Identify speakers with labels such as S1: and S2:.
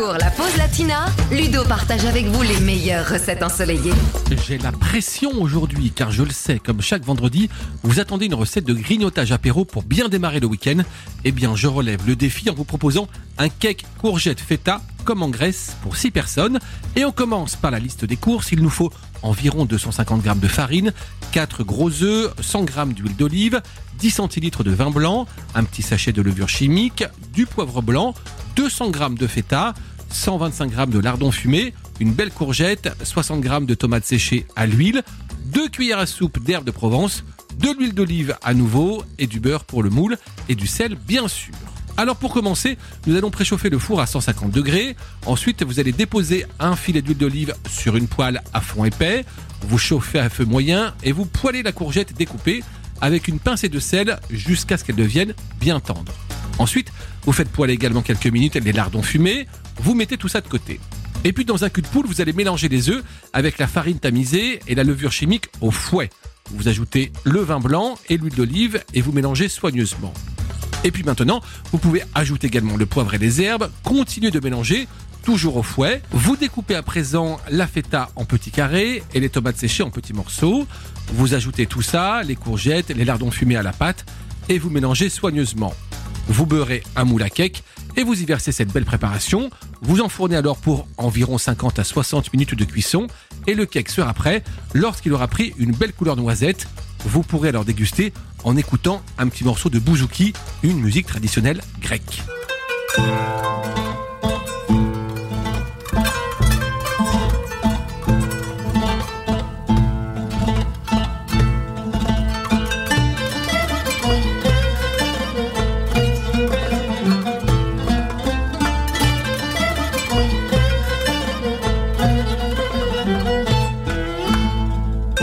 S1: Pour la pause latina, Ludo partage avec vous les meilleures recettes ensoleillées.
S2: J'ai la pression aujourd'hui car je le sais, comme chaque vendredi, vous attendez une recette de grignotage apéro pour bien démarrer le week-end. Eh bien, je relève le défi en vous proposant un cake courgette feta comme en Grèce pour 6 personnes. Et on commence par la liste des courses. Il nous faut environ 250 g de farine, 4 gros œufs, 100 g d'huile d'olive, 10 centilitres de vin blanc, un petit sachet de levure chimique, du poivre blanc, 200 g de feta, 125 g de lardons fumés, une belle courgette, 60 g de tomates séchées à l'huile, 2 cuillères à soupe d'herbes de Provence, de l'huile d'olive à nouveau et du beurre pour le moule et du sel bien sûr. Alors pour commencer, nous allons préchauffer le four à 150 degrés. Ensuite, vous allez déposer un filet d'huile d'olive sur une poêle à fond épais. Vous chauffez à feu moyen et vous poêlez la courgette découpée avec une pincée de sel jusqu'à ce qu'elle devienne bien tendre. Ensuite, vous faites poêler également quelques minutes les lardons fumés. Vous mettez tout ça de côté. Et puis dans un cul de poule, vous allez mélanger les œufs avec la farine tamisée et la levure chimique au fouet. Vous ajoutez le vin blanc et l'huile d'olive et vous mélangez soigneusement. Et puis maintenant, vous pouvez ajouter également le poivre et les herbes, continuez de mélanger, toujours au fouet. Vous découpez à présent la feta en petits carrés et les tomates séchées en petits morceaux. Vous ajoutez tout ça, les courgettes, les lardons fumés à la pâte et vous mélangez soigneusement. Vous beurrez un moule à cake et vous y versez cette belle préparation. Vous enfournez alors pour environ 50 à 60 minutes de cuisson et le cake sera prêt lorsqu'il aura pris une belle couleur noisette. Vous pourrez alors déguster en écoutant un petit morceau de bouzouki, une musique traditionnelle grecque.